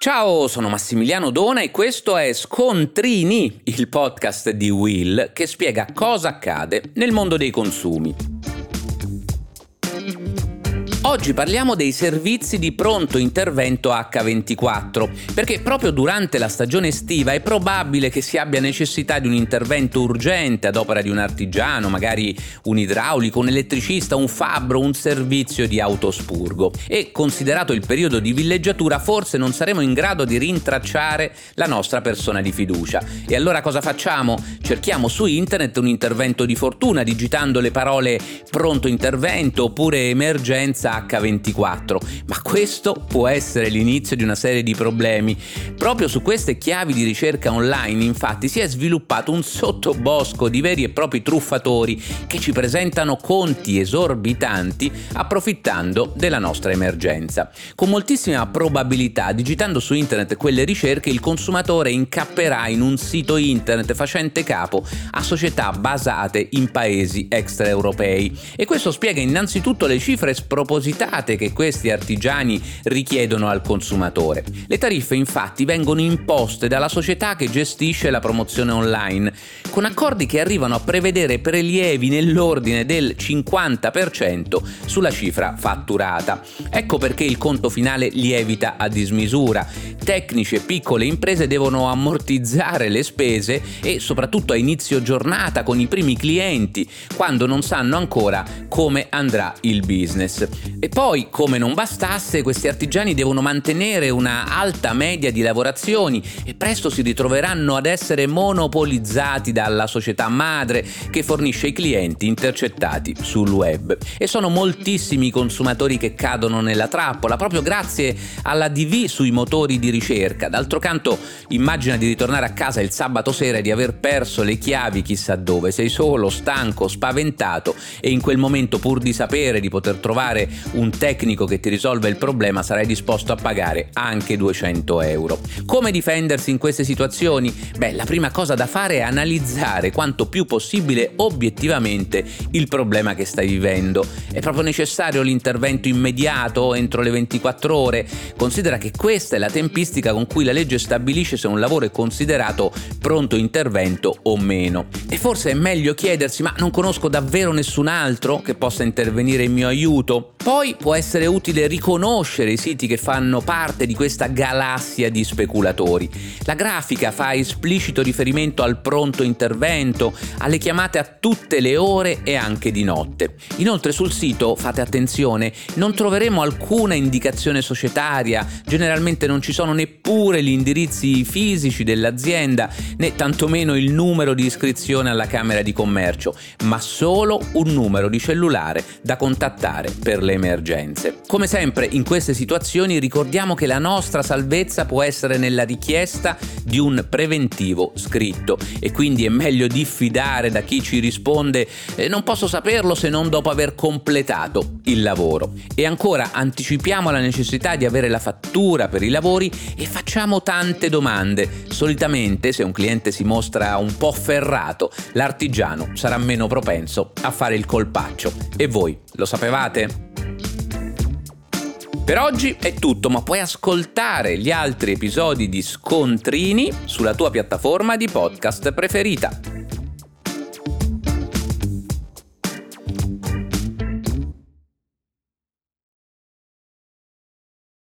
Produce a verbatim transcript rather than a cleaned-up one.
Ciao, sono Massimiliano Dona e questo è Scontrini, il podcast di Will che spiega cosa accade nel mondo dei consumi. Oggi parliamo dei servizi di pronto intervento acca ventiquattro, perché proprio durante la stagione estiva è probabile che si abbia necessità di un intervento urgente ad opera di un artigiano, magari un idraulico, un elettricista, un fabbro, un servizio di autospurgo. E considerato il periodo di villeggiatura, forse non saremo in grado di rintracciare la nostra persona di fiducia. E allora cosa facciamo? Cerchiamo su internet un intervento di fortuna, digitando le parole pronto intervento oppure emergenza acca ventiquattro, ma questo può essere l'inizio di una serie di problemi. Proprio su queste chiavi di ricerca online, infatti, si è sviluppato un sottobosco di veri e propri truffatori che ci presentano conti esorbitanti approfittando della nostra emergenza. Con moltissima probabilità, digitando su internet quelle ricerche, il consumatore incapperà in un sito internet facente capo a società basate in paesi extraeuropei, e questo spiega innanzitutto le cifre spropositate che questi artigiani richiedono al consumatore. Le tariffe infatti vengono imposte dalla società che gestisce la promozione online, con accordi che arrivano a prevedere prelievi nell'ordine del cinquanta per cento sulla cifra fatturata. Ecco perché il conto finale lievita a dismisura. Tecnici e piccole imprese devono ammortizzare le spese e soprattutto a inizio giornata con i primi clienti, quando non sanno ancora come andrà il business. E poi, come non bastasse, questi artigiani devono mantenere una alta media di lavorazioni e presto si ritroveranno ad essere monopolizzati dalla società madre che fornisce i clienti intercettati sul web. E sono moltissimi i consumatori che cadono nella trappola proprio grazie alla D V sui motori di ricerca. D'altro canto, immagina di ritornare a casa il sabato sera e di aver perso le chiavi chissà dove. Sei solo, stanco, spaventato e in quel momento, pur di sapere di poter trovare un tecnico che ti risolve il problema, sarai disposto a pagare anche duecento euro. Come difendersi in queste situazioni? Beh, la prima cosa da fare è analizzare quanto più possibile obiettivamente il problema che stai vivendo. È proprio necessario l'intervento immediato entro le ventiquattro ore? Considera che questa è la tempistica con cui la legge stabilisce se un lavoro è considerato pronto intervento o meno. E forse è meglio chiedersi: ma non conosco davvero nessun altro che possa intervenire in mio aiuto? Poi può essere utile riconoscere i siti che fanno parte di questa galassia di speculatori. La grafica fa esplicito riferimento al pronto intervento, alle chiamate a tutte le ore e anche di notte. Inoltre sul sito, fate attenzione, non troveremo alcuna indicazione societaria, generalmente non ci sono neppure gli indirizzi fisici dell'azienda, né tantomeno il numero di iscrizione alla Camera di Commercio, ma solo un numero di cellulare da contattare per le emergenze. Come sempre in queste situazioni ricordiamo che la nostra salvezza può essere nella richiesta di un preventivo scritto, e quindi è meglio diffidare da chi ci risponde eh, non posso saperlo se non dopo aver completato il lavoro. E ancora, anticipiamo la necessità di avere la fattura per i lavori e facciamo tante domande. Solitamente, se un cliente si mostra un po' ferrato, l'artigiano sarà meno propenso a fare il colpaccio. E voi lo sapevate? Per oggi è tutto, ma puoi ascoltare gli altri episodi di Scontrini sulla tua piattaforma di podcast preferita.